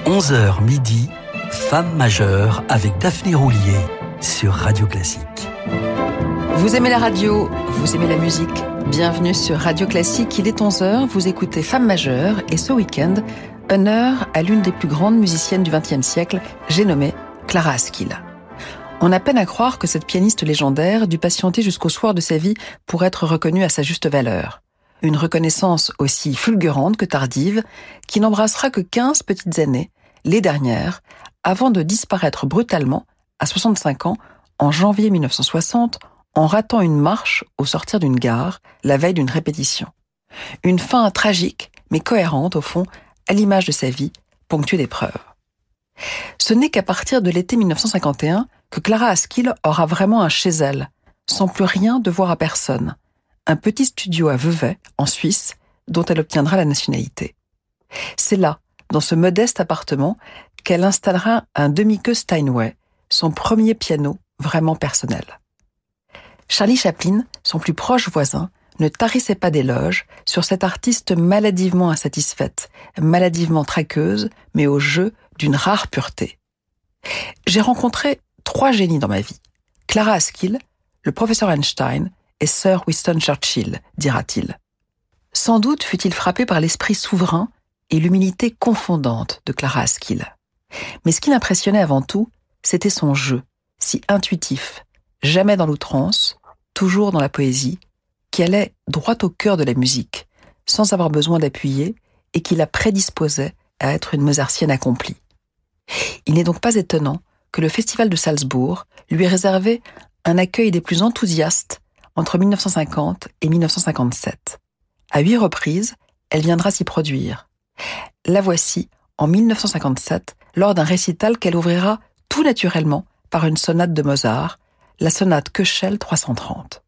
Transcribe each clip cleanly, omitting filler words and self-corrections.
11h midi, Femme majeure avec Daphné Roulier sur Radio Classique. Vous aimez la radio, vous aimez la musique. Bienvenue sur Radio Classique, il est 11h, vous écoutez Femme majeure et ce week-end, honneur à l'une des plus grandes musiciennes du XXe siècle, j'ai nommé Clara Askill. On a peine à croire que cette pianiste légendaire dut patienter jusqu'au soir de sa vie pour être reconnue à sa juste valeur. Une reconnaissance aussi fulgurante que tardive, qui n'embrassera que 15 petites années, les dernières, avant de disparaître brutalement, à 65 ans, en janvier 1960, en ratant une marche au sortir d'une gare, la veille d'une répétition. Une fin tragique, mais cohérente au fond, à l'image de sa vie, ponctuée d'épreuves. Ce n'est qu'à partir de l'été 1951 que Clara Askill aura vraiment un chez elle, sans plus rien devoir à personne. Un petit studio à Vevey, en Suisse, dont elle obtiendra la nationalité. C'est là, dans ce modeste appartement, qu'elle installera un demi-queue Steinway, son premier piano vraiment personnel. Charlie Chaplin, son plus proche voisin, ne tarissait pas d'éloges sur cette artiste maladivement insatisfaite, maladivement traqueuse, mais au jeu d'une rare pureté. J'ai rencontré 3 génies dans ma vie. Clara Askill, le professeur Einstein et Sir Winston Churchill, dira-t-il. Sans doute fut-il frappé par l'esprit souverain et l'humilité confondante de Clara Askill. Mais ce qui l'impressionnait avant tout, c'était son jeu, si intuitif, jamais dans l'outrance, toujours dans la poésie, qui allait droit au cœur de la musique, sans avoir besoin d'appuyer, et qui la prédisposait à être une mozartienne accomplie. Il n'est donc pas étonnant que le Festival de Salzbourg lui ait réservé un accueil des plus enthousiastes entre 1950 et 1957. À 8 reprises, elle viendra s'y produire. La voici en 1957, lors d'un récital qu'elle ouvrira tout naturellement par une sonate de Mozart, la sonate Köchel 330.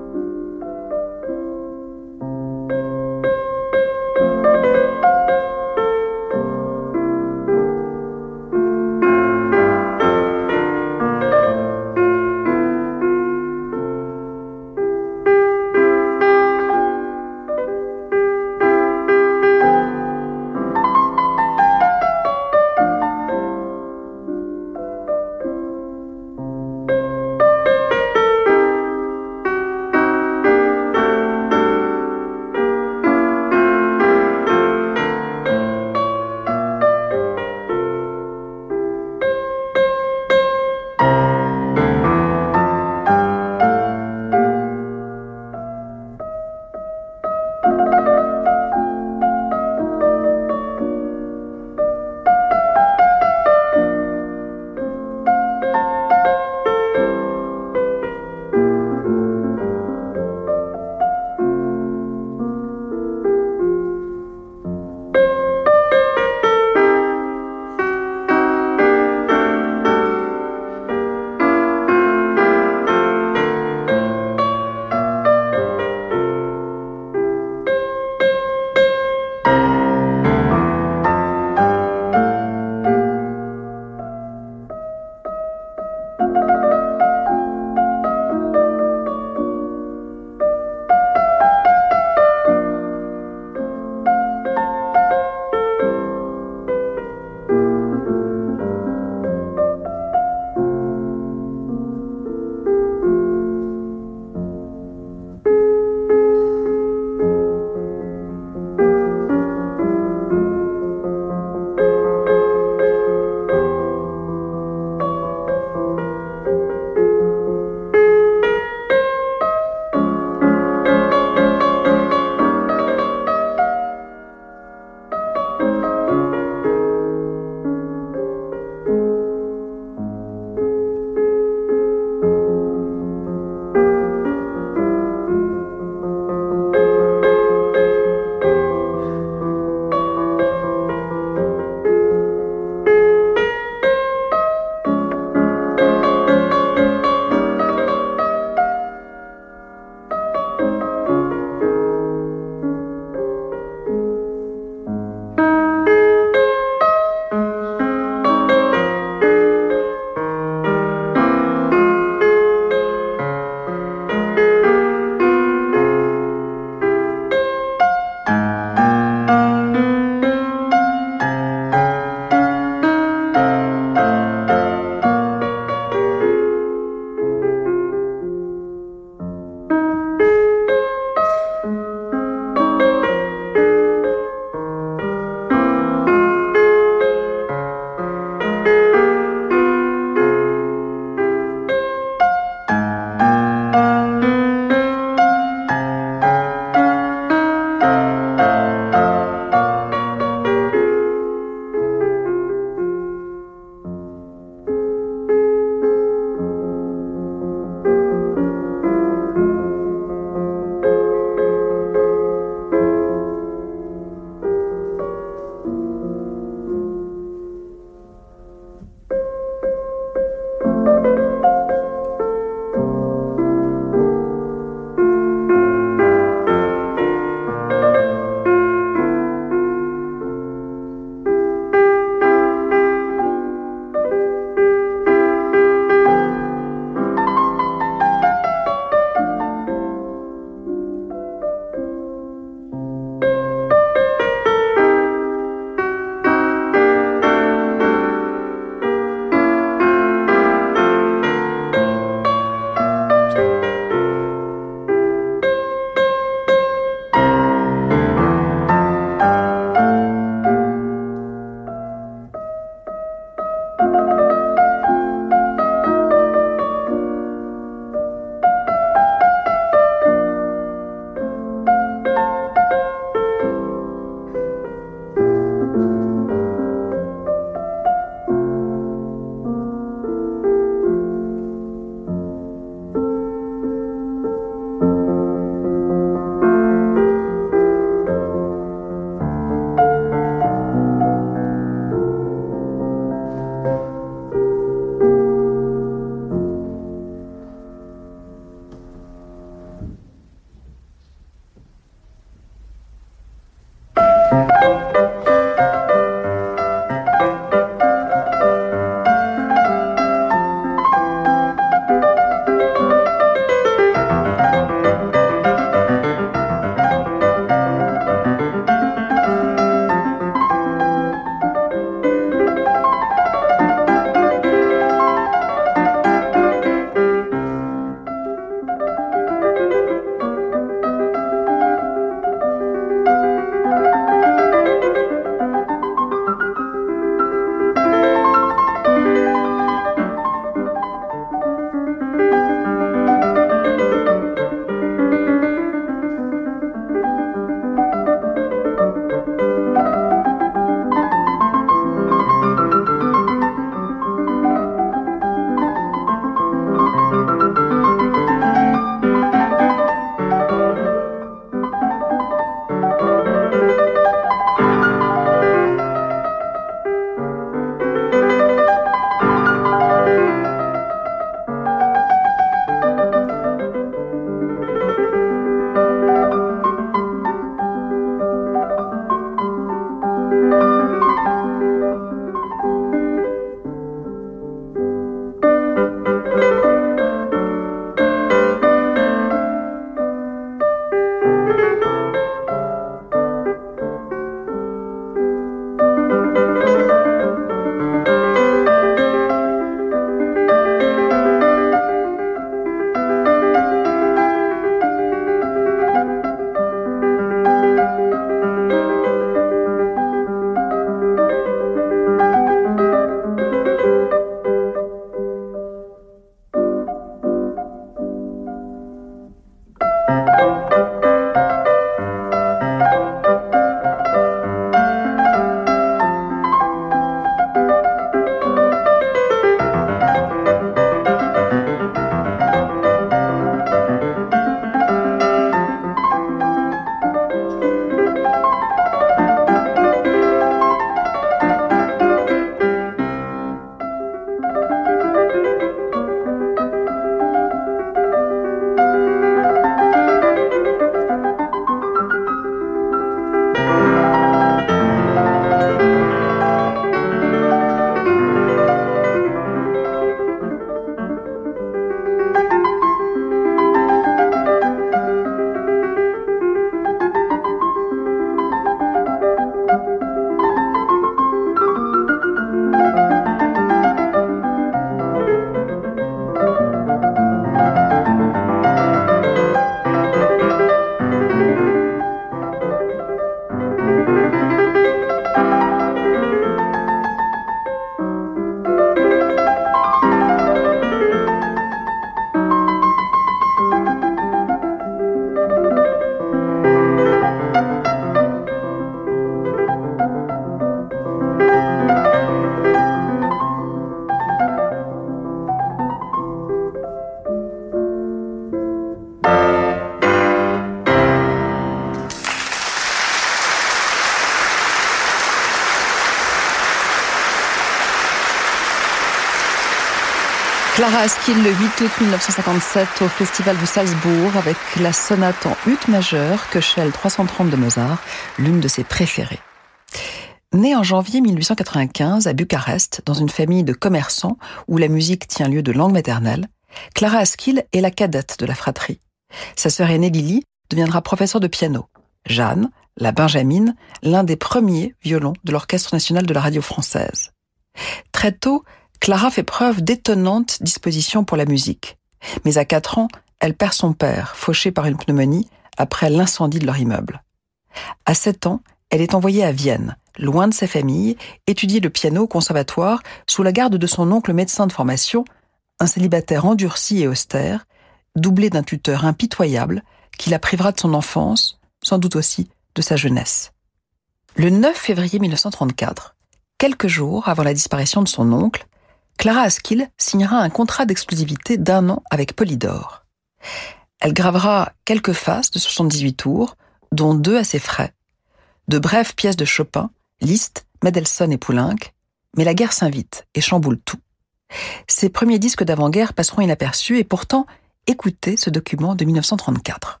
Clara Askill le 8 août 1957 au Festival de Salzbourg avec la sonate en ut majeur Köchel 330 de Mozart, l'une de ses préférées. Née en janvier 1895 à Bucarest, dans une famille de commerçants où la musique tient lieu de langue maternelle, Clara Askill est la cadette de la fratrie. Sa sœur aînée Lily deviendra professeure de piano. Jeanne, la Benjamine, l'un des premiers violons de l'Orchestre national de la radio française. Très tôt, Clara fait preuve d'étonnante disposition pour la musique. Mais à 4 ans, elle perd son père, fauché par une pneumonie, après l'incendie de leur immeuble. À 7 ans, elle est envoyée à Vienne, loin de sa famille, étudier le piano au conservatoire sous la garde de son oncle médecin de formation, un célibataire endurci et austère, doublé d'un tuteur impitoyable qui la privera de son enfance, sans doute aussi de sa jeunesse. Le 9 février 1934, quelques jours avant la disparition de son oncle, Clara Askill signera un contrat d'exclusivité d'1 an avec Polydor. Elle gravera quelques faces de 78 tours, dont 2 à ses frais, de brèves pièces de Chopin, Liszt, Mendelssohn et Poulenc, mais la guerre s'invite et chamboule tout. Ses premiers disques d'avant-guerre passeront inaperçus et pourtant, écoutez ce document de 1934.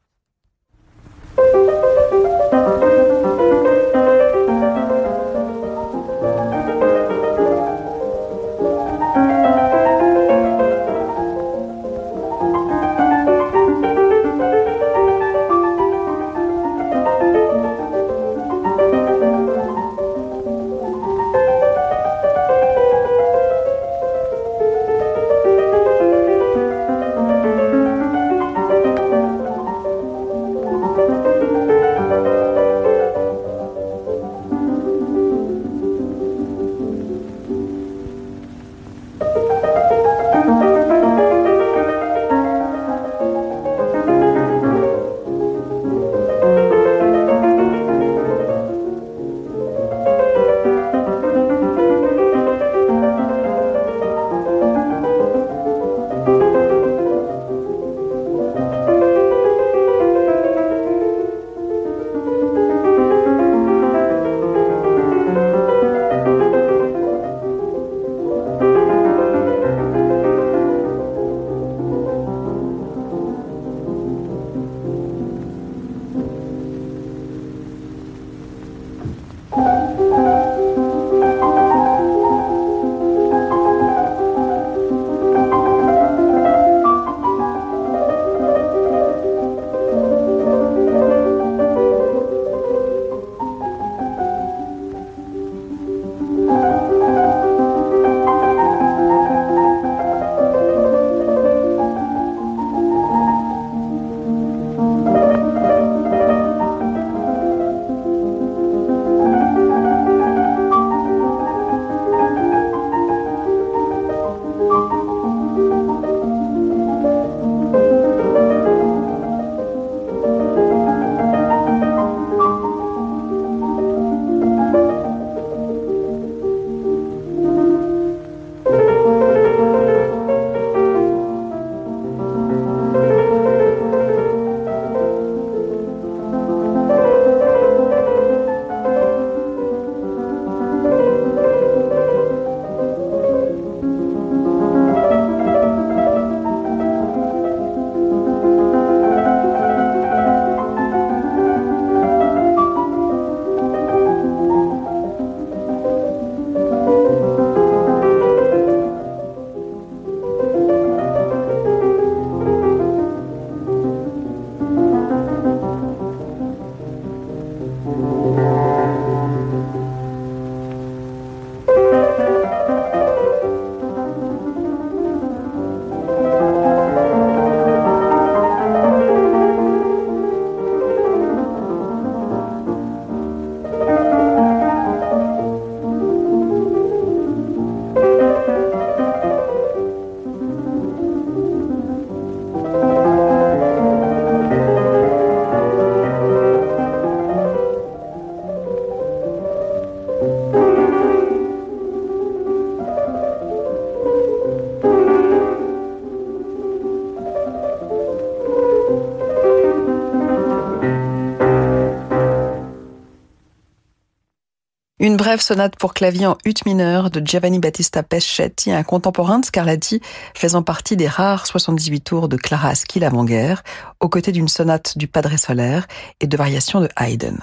Une brève sonate pour clavier en ut mineur de Giovanni Battista Peschetti, un contemporain de Scarlatti, faisant partie des rares 78 tours de Clara Aschi l'avant-guerre, aux côtés d'une sonate du Padre Solaire et de variations de Haydn.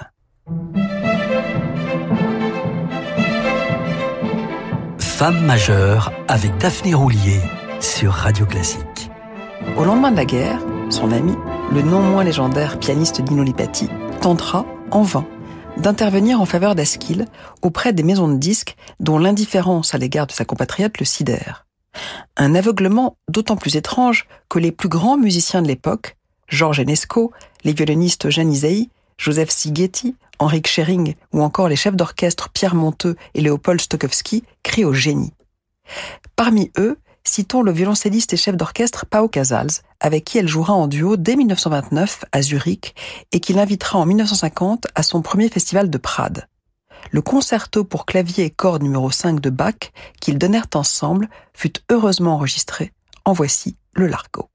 Femme majeure avec Daphné Roulier sur Radio Classique. Au lendemain de la guerre, son ami, le non moins légendaire pianiste Nino Lipati, tentera, en vain, d'intervenir en faveur d'Aschill auprès des maisons de disques dont l'indifférence à l'égard de sa compatriote le sidère. Un aveuglement d'autant plus étrange que les plus grands musiciens de l'époque, Georges Enesco, les violonistes Eugène Ysaÿe, Joseph Szigeti, Henryk Schering ou encore les chefs d'orchestre Pierre Monteux et Léopold Stokowski crient au génie. Parmi eux, citons le violoncelliste et chef d'orchestre Pau Casals, avec qui elle jouera en duo dès 1929 à Zurich et qui l'invitera en 1950 à son premier festival de Prades. Le concerto pour clavier et cordes numéro 5 de Bach qu'ils donnèrent ensemble fut heureusement enregistré. En voici le Largo.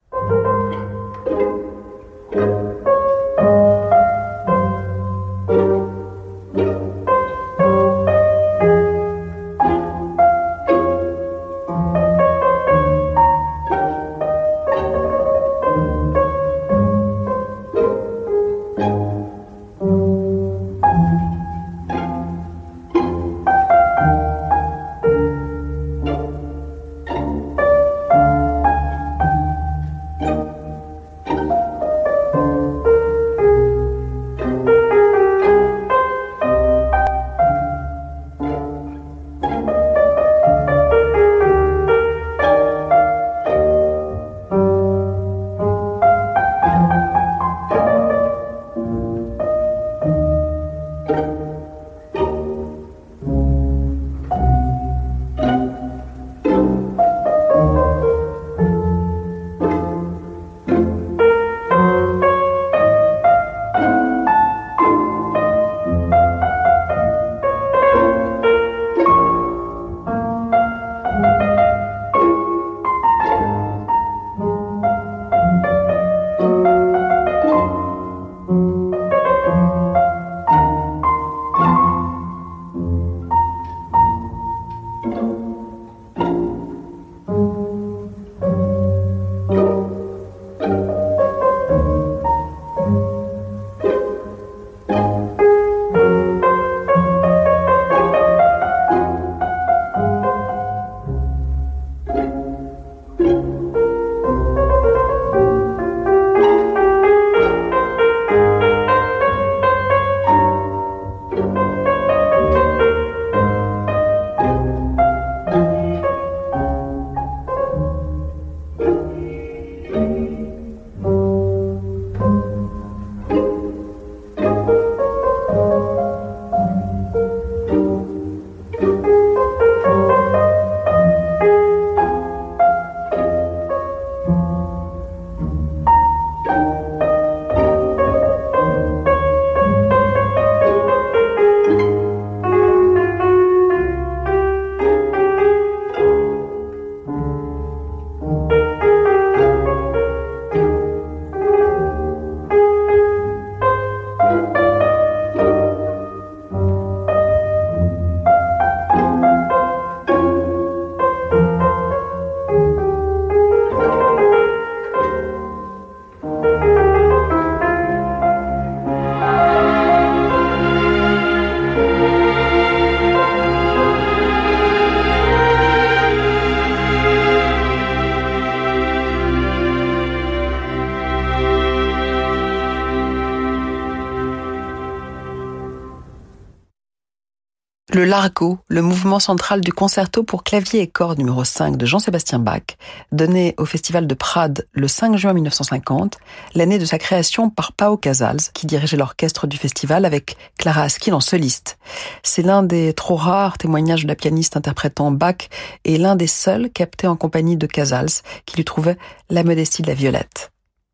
Le Largo, le mouvement central du concerto pour clavier et cordes numéro 5 de Jean-Sébastien Bach, donné au Festival de Prades le 5 juin 1950, l'année de sa création par Pau Casals, qui dirigeait l'orchestre du festival avec Clara Aschill en soliste. C'est l'un des trop rares témoignages de la pianiste interprétant Bach et l'un des seuls captés en compagnie de Casals, qui lui trouvait la modestie de la violette.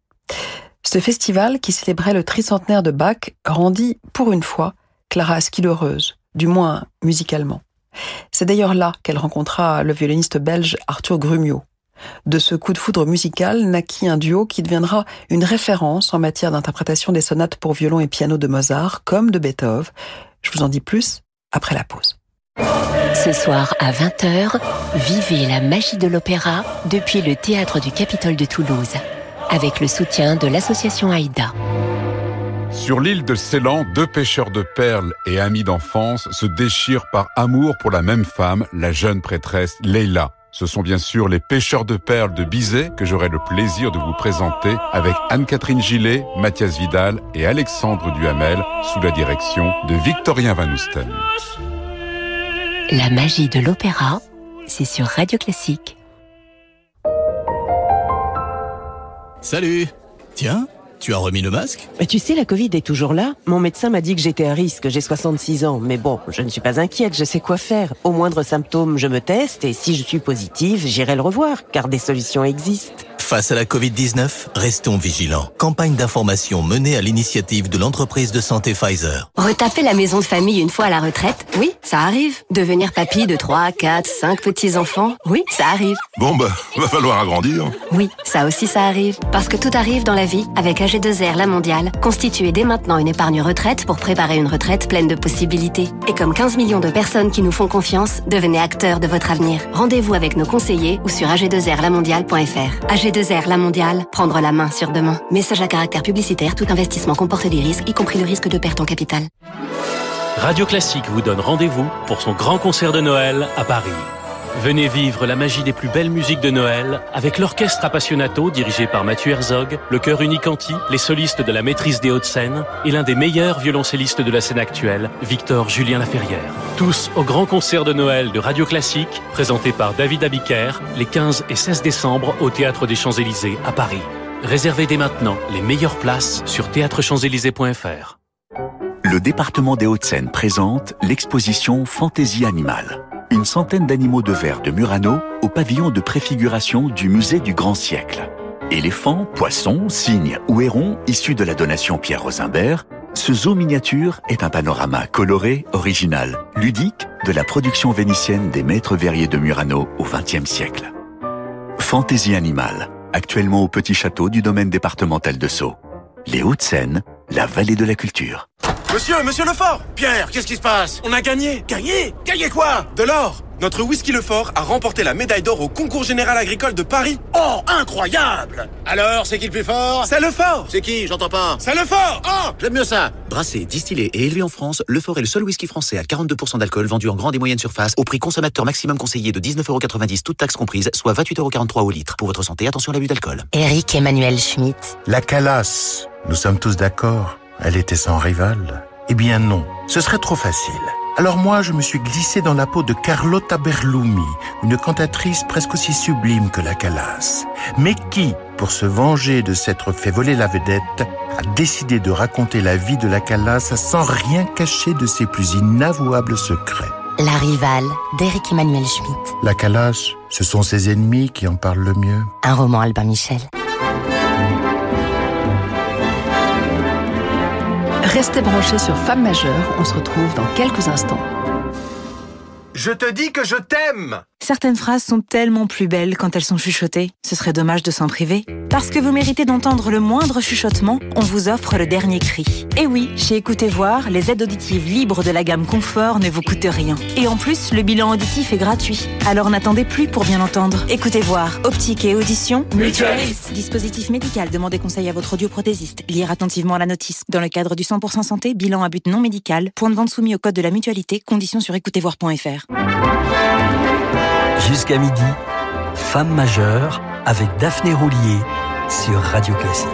Ce festival, qui célébrait le tricentenaire de Bach, rendit, pour une fois, Clara Aschill heureuse, du moins musicalement. C'est d'ailleurs là qu'elle rencontra le violoniste belge Arthur Grumio. De ce coup de foudre musical naquit un duo qui deviendra une référence en matière d'interprétation des sonates pour violon et piano de Mozart comme de Beethoven. Je vous en dis plus après la pause. Ce soir à 20h, vivez la magie de l'opéra depuis le Théâtre du Capitole de Toulouse, avec le soutien de l'association Aïda. Sur l'île de Ceylan, 2 pêcheurs de perles et amis d'enfance se déchirent par amour pour la même femme, la jeune prêtresse Leila. Ce sont bien sûr les pêcheurs de perles de Bizet que j'aurai le plaisir de vous présenter avec Anne-Catherine Gillet, Mathias Vidal et Alexandre Duhamel sous la direction de Victorien Van Oesten. La magie de l'opéra, c'est sur Radio Classique. Salut! Tiens, tu as remis le masque? Mais tu sais, la Covid est toujours là. Mon médecin m'a dit que j'étais à risque, j'ai 66 ans. Mais bon, je ne suis pas inquiète, je sais quoi faire. Au moindre symptôme, je me teste et si je suis positive, j'irai le revoir, car des solutions existent. Face à la Covid-19, restons vigilants. Campagne d'information menée à l'initiative de l'entreprise de santé Pfizer. Retaper la maison de famille une fois à la retraite, oui, ça arrive. Devenir papy de 3, 4, 5 petits-enfants, oui, ça arrive. Bon va falloir agrandir. Oui, ça aussi ça arrive. Parce que tout arrive dans la vie. Avec AG2R La Mondiale, constituez dès maintenant une épargne retraite pour préparer une retraite pleine de possibilités. Et comme 15 millions de personnes qui nous font confiance, devenez acteurs de votre avenir. Rendez-vous avec nos conseillers ou sur ag2rlamondiale.fr. AG2R La Mondiale, prendre la main sur demain. Message à caractère publicitaire, tout investissement comporte des risques, y compris le risque de perte en capital. Radio Classique vous donne rendez-vous pour son grand concert de Noël à Paris. Venez vivre la magie des plus belles musiques de Noël avec l'orchestre Appassionato dirigé par Mathieu Herzog, le chœur Unicanti, les solistes de la Maîtrise des Hauts-de-Seine et l'un des meilleurs violoncellistes de la scène actuelle, Victor Julien Laferrière. Tous au grand concert de Noël de Radio Classique, présenté par David Abiker, les 15 et 16 décembre au Théâtre des Champs-Élysées à Paris. Réservez dès maintenant les meilleures places sur théâtrechamps-élysées.fr. Le département des Hauts-de-Seine présente l'exposition Fantaisie animale. Une centaine d'animaux de verre de Murano au pavillon de préfiguration du musée du Grand Siècle. Éléphants, poissons, cygnes ou hérons issus de la donation Pierre Rosimbert, ce zoo miniature est un panorama coloré, original, ludique de la production vénitienne des maîtres verriers de Murano au XXe siècle. Fantaisie animale, actuellement au petit château du domaine départemental de Sceaux. Les Hauts-de-Seine, la vallée de la culture. Monsieur Lefort! Pierre, qu'est-ce qui se passe? On a gagné! Gagné? Gagné quoi? De l'or! Notre whisky Lefort a remporté la médaille d'or au concours général agricole de Paris. Oh, incroyable! Alors, c'est qui le plus fort? C'est Lefort! C'est qui? J'entends pas. C'est Lefort! Oh, j'aime mieux ça! Brassé, distillé et élevé en France, Lefort est le seul whisky français à 42% d'alcool vendu en grande et moyenne surface au prix consommateur maximum conseillé de 19,90€, toutes taxes comprises, soit 28,43€ au litre. Pour votre santé, attention à l'abus d'alcool. Éric Emmanuel Schmitt. La Calas, nous sommes tous d'accord. Elle était sans rival. Eh bien non, ce serait trop facile. Alors moi, je me suis glissé dans la peau de Carlotta Berlumi, une cantatrice presque aussi sublime que la Calas. Mais qui, pour se venger de s'être fait voler la vedette, a décidé de raconter la vie de la Calas sans rien cacher de ses plus inavouables secrets. La rivale d'Éric Emmanuel Schmitt. La Calas, ce sont ses ennemis qui en parlent le mieux. Un roman Albin Michel. Restez branchés sur Femmes Majeures, on se retrouve dans quelques instants. Je te dis que je t'aime! Certaines phrases sont tellement plus belles quand elles sont chuchotées. Ce serait dommage de s'en priver. Parce que vous méritez d'entendre le moindre chuchotement, on vous offre le dernier cri. Et oui, chez Écoutez Voir, les aides auditives libres de la gamme Confort ne vous coûtent rien. Et en plus, le bilan auditif est gratuit. Alors n'attendez plus pour bien entendre. Écoutez Voir, optique et audition, mutualiste. Dispositif médical, demandez conseil à votre audioprothésiste. Lire attentivement la notice. Dans le cadre du 100% santé, bilan à but non médical, point de vente soumis au code de la mutualité, conditions sur écoutezvoir.fr. Jusqu'à midi, Femmes majeures avec Daphné Roulier sur Radio Classique.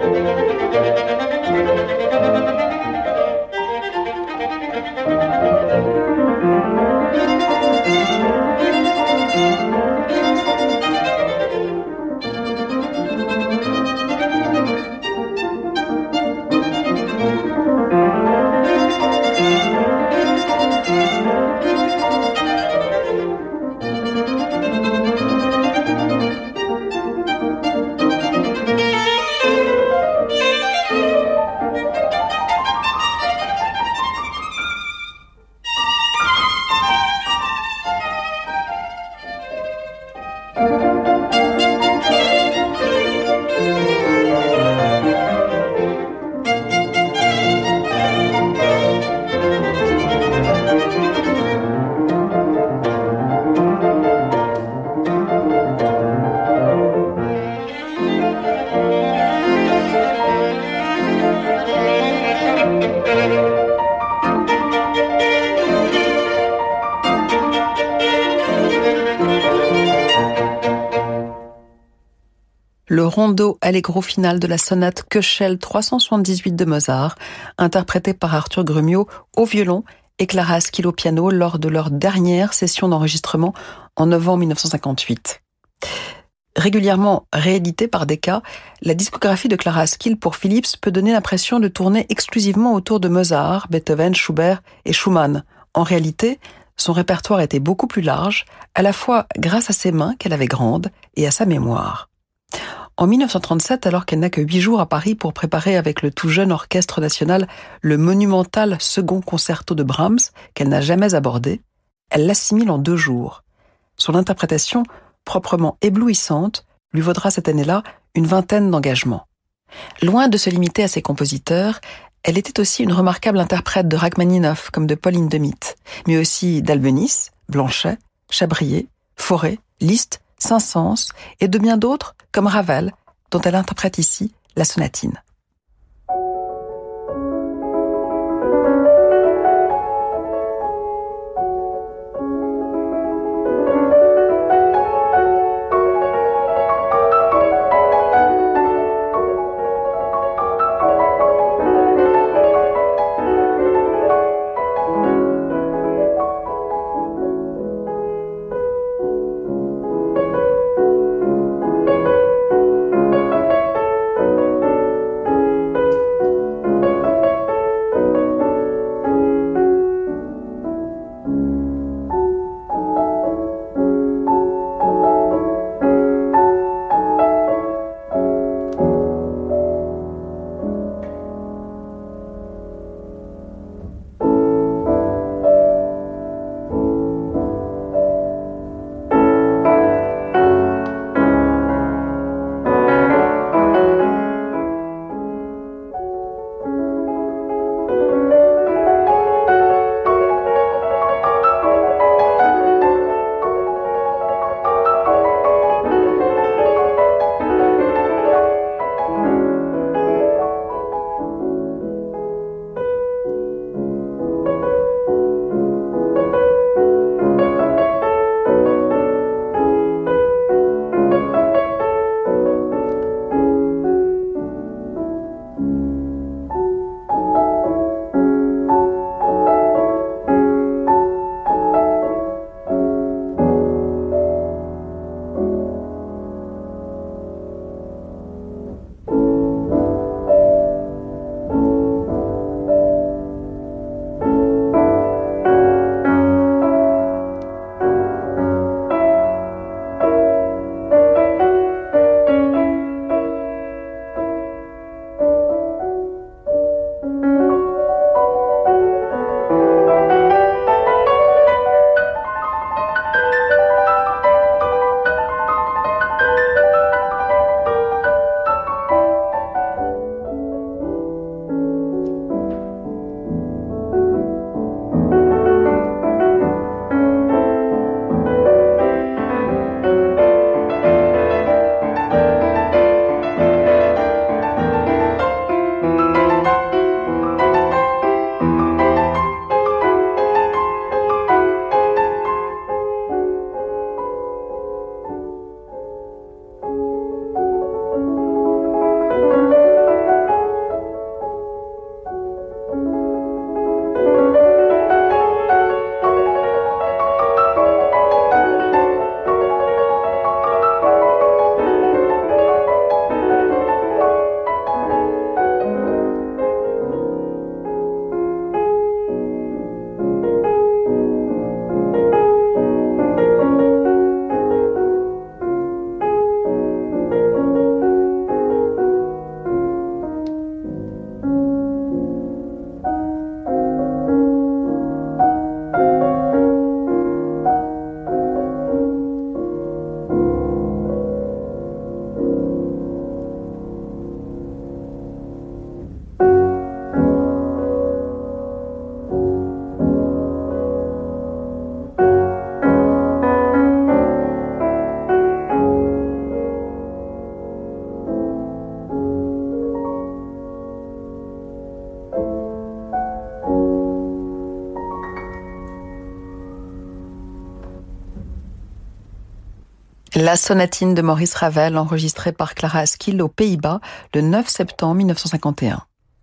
Le rondo allegro final de la sonate Köchel 378 de Mozart, interprété par Arthur Grumio au violon et Clara Askill au piano lors de leur dernière session d'enregistrement en novembre 1958. Régulièrement réédité par Decca, la discographie de Clara Askill pour Philips peut donner l'impression de tourner exclusivement autour de Mozart, Beethoven, Schubert et Schumann. En réalité, son répertoire était beaucoup plus large, à la fois grâce à ses mains qu'elle avait grandes et à sa mémoire. En 1937, alors qu'elle n'a que 8 jours à Paris pour préparer avec le tout jeune Orchestre national le monumental second concerto de Brahms, qu'elle n'a jamais abordé, elle l'assimile en 2 jours. Son interprétation, proprement éblouissante, lui vaudra cette année-là une 20aine d'engagements. Loin de se limiter à ses compositeurs, elle était aussi une remarquable interprète de Rachmaninoff comme de Paul Hindemith, mais aussi d'Albeniz, Blanchet, Chabrier, Fauré, Liszt, Saint-Saëns et de bien d'autres comme Ravel, dont elle interprète ici la sonatine. La sonatine de Maurice Ravel, enregistrée par Clara Askill aux Pays-Bas le 9 septembre 1951.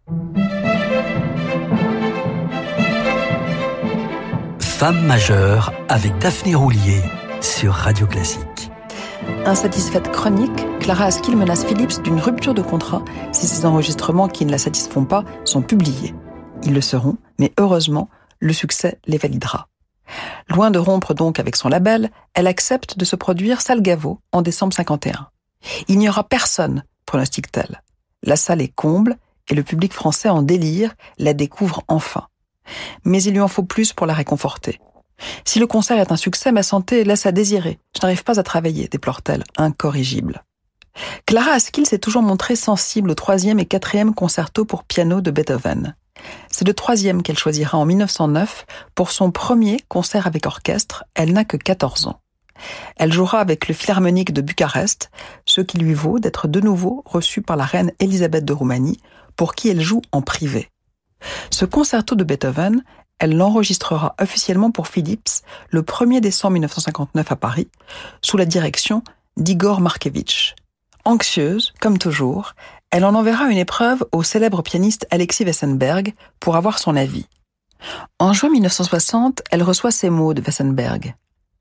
Femme majeure avec Daphné Roulier sur Radio Classique. Insatisfaite chronique, Clara Askill menace Philips d'une rupture de contrat si ces enregistrements qui ne la satisfont pas sont publiés. Ils le seront, mais heureusement, le succès les validera. Loin de rompre donc avec son label, elle accepte de se produire Salgavo en décembre 51. Il n'y aura personne, pronostique-t-elle. La salle est comble et le public français en délire la découvre enfin. Mais il lui en faut plus pour la réconforter. Si le concert est un succès, ma santé laisse à désirer. Je n'arrive pas à travailler, déplore-t-elle, incorrigible. Clara Askill s'est toujours montrée sensible au 3e et 4e concerto pour piano de Beethoven. C'est le 3e qu'elle choisira en 1909 pour son premier concert avec orchestre. Elle n'a que 14 ans. Elle jouera avec le Philharmonique de Bucarest, ce qui lui vaut d'être de nouveau reçue par la reine Élisabeth de Roumanie, pour qui elle joue en privé. Ce concerto de Beethoven, elle l'enregistrera officiellement pour Philips le 1er décembre 1959 à Paris, sous la direction d'Igor Markevitch. Anxieuse, comme toujours, elle en enverra une épreuve au célèbre pianiste Alexis Wessenberg pour avoir son avis. En juin 1960, elle reçoit ces mots de Wessenberg.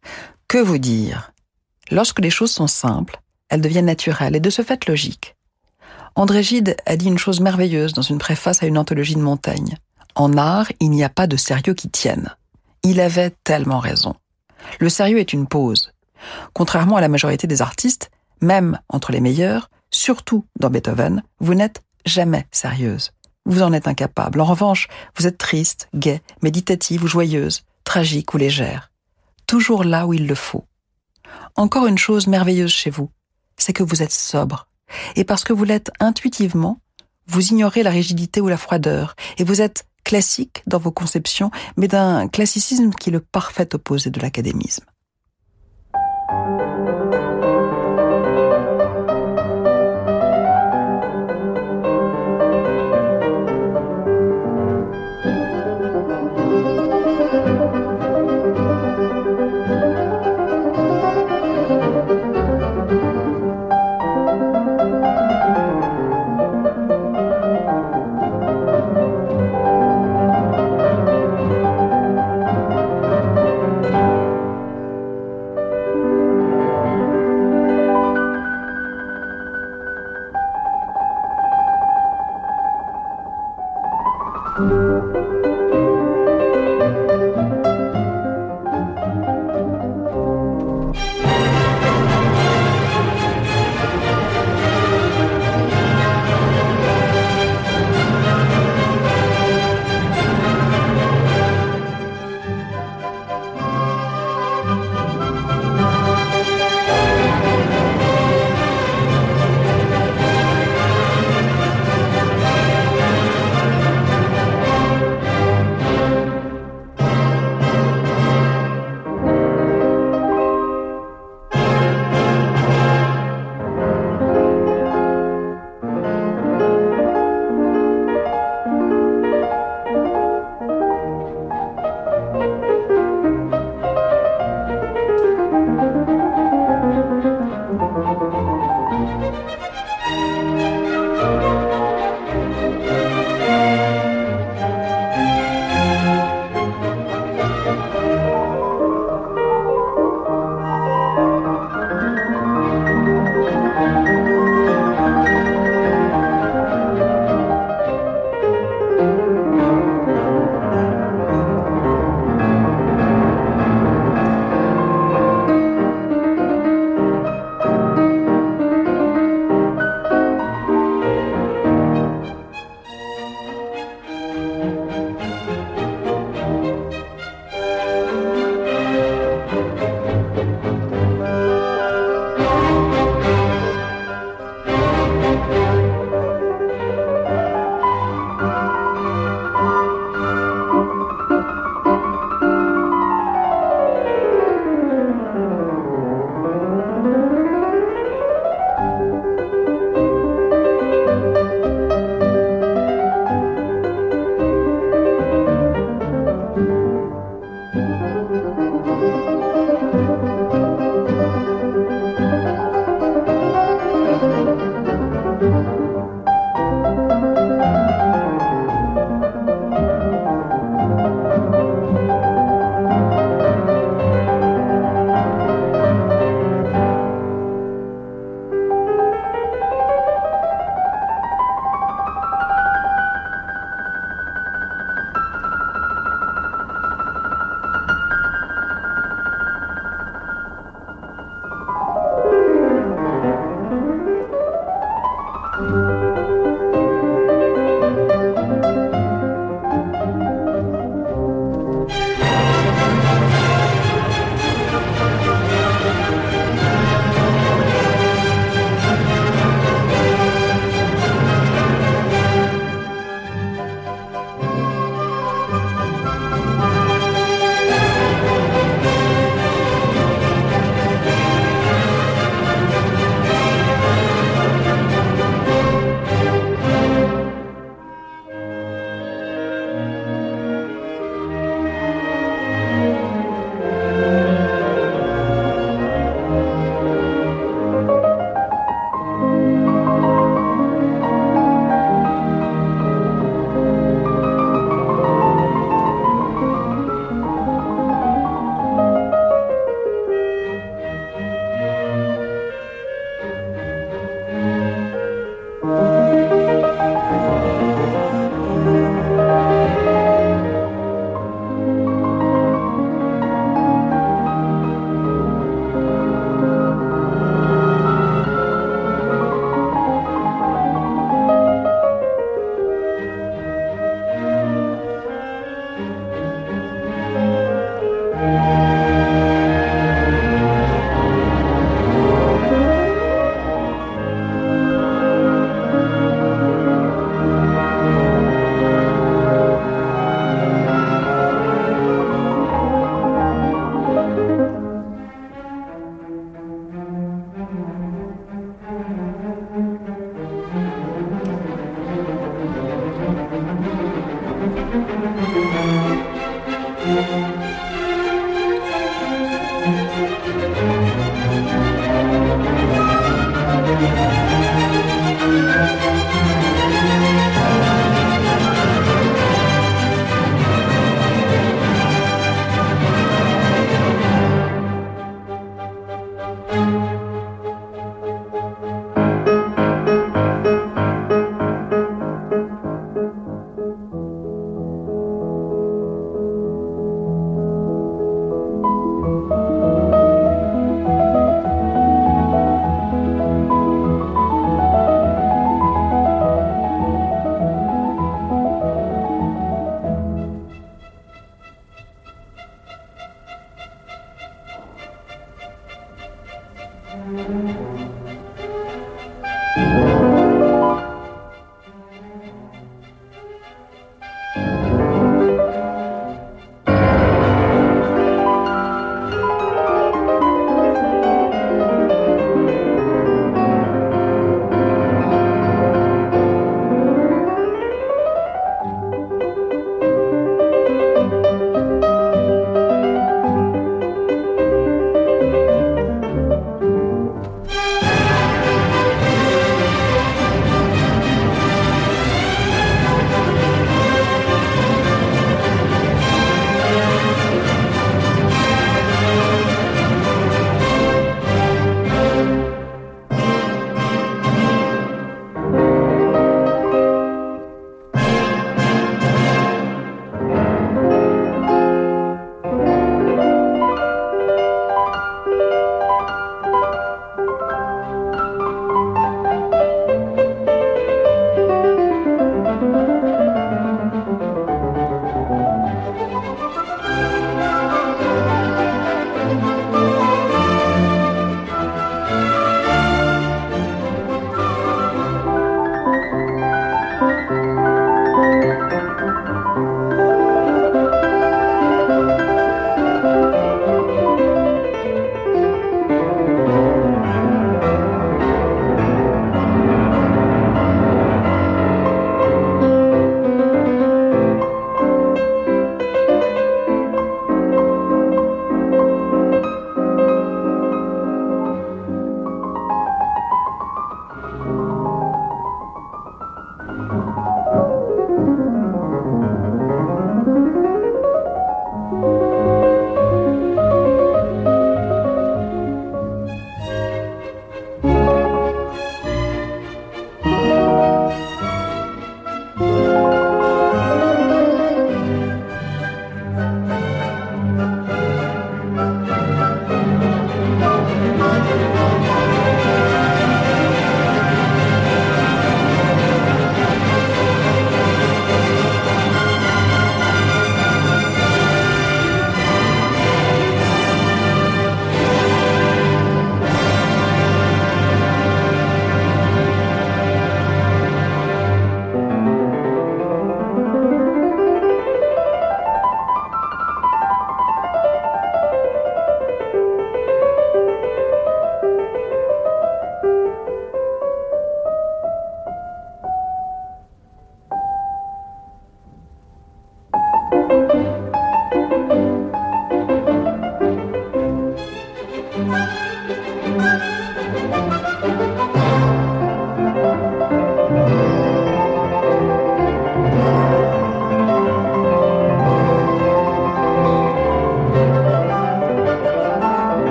« Que vous dire ? Lorsque les choses sont simples, elles deviennent naturelles et de ce fait logiques. André Gide a dit une chose merveilleuse dans une préface à une anthologie de Montaigne. En art, il n'y a pas de sérieux qui tienne. Il avait tellement raison. Le sérieux est une pause. Contrairement à la majorité des artistes, même entre les meilleurs, surtout dans Beethoven, vous n'êtes jamais sérieuse. Vous en êtes incapable. En revanche, vous êtes triste, gaie, méditative ou joyeuse, tragique ou légère. Toujours là où il le faut. Encore une chose merveilleuse chez vous, c'est que vous êtes sobre. Et parce que vous l'êtes intuitivement, vous ignorez la rigidité ou la froideur, et vous êtes classique dans vos conceptions, mais d'un classicisme qui est le parfait opposé de l'académisme.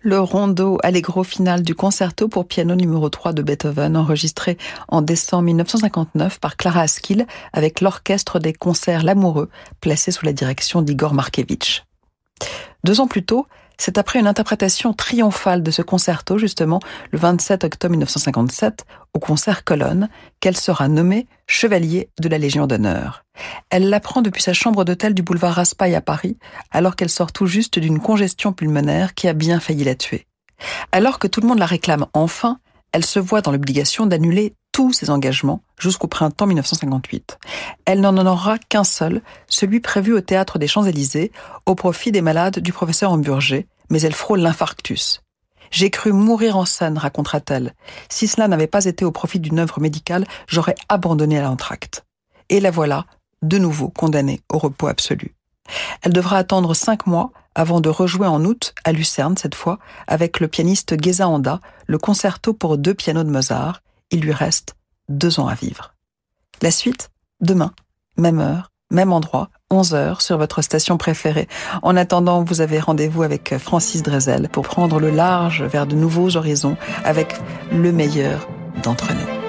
le rondo allegro final du concerto pour piano numéro 3 de Beethoven, enregistré en décembre 1959 par Clara Askill avec l'orchestre des concerts L'Amoureux, placé sous la direction d'Igor Markevitch. 2 ans plus tôt, c'est après une interprétation triomphale de ce concerto, justement, le 27 octobre 1957, au concert Colonne, qu'elle sera nommée chevalier de la Légion d'honneur. Elle l'apprend depuis sa chambre d'hôtel du boulevard Raspail à Paris, alors qu'elle sort tout juste d'une congestion pulmonaire qui a bien failli la tuer. Alors que tout le monde la réclame enfin, elle se voit dans l'obligation d'annuler tous ses engagements jusqu'au printemps 1958. Elle n'en aura qu'un seul, celui prévu au théâtre des Champs-Élysées, au profit des malades du professeur Hamburger, mais elle frôle l'infarctus. « J'ai cru mourir en scène », racontera-t-elle. « Si cela n'avait pas été au profit d'une œuvre médicale, j'aurais abandonné à l'entracte. » Et la voilà, de nouveau condamnée au repos absolu. Elle devra attendre 5 mois avant de rejouer en août, à Lucerne cette fois, avec le pianiste Geza Anda, le concerto pour 2 pianos de Mozart. Il lui reste 2 ans à vivre. La suite, demain, même heure, même endroit, 11h sur votre station préférée. En attendant, vous avez rendez-vous avec Francis Drezel pour prendre le large vers de nouveaux horizons avec le meilleur d'entre nous.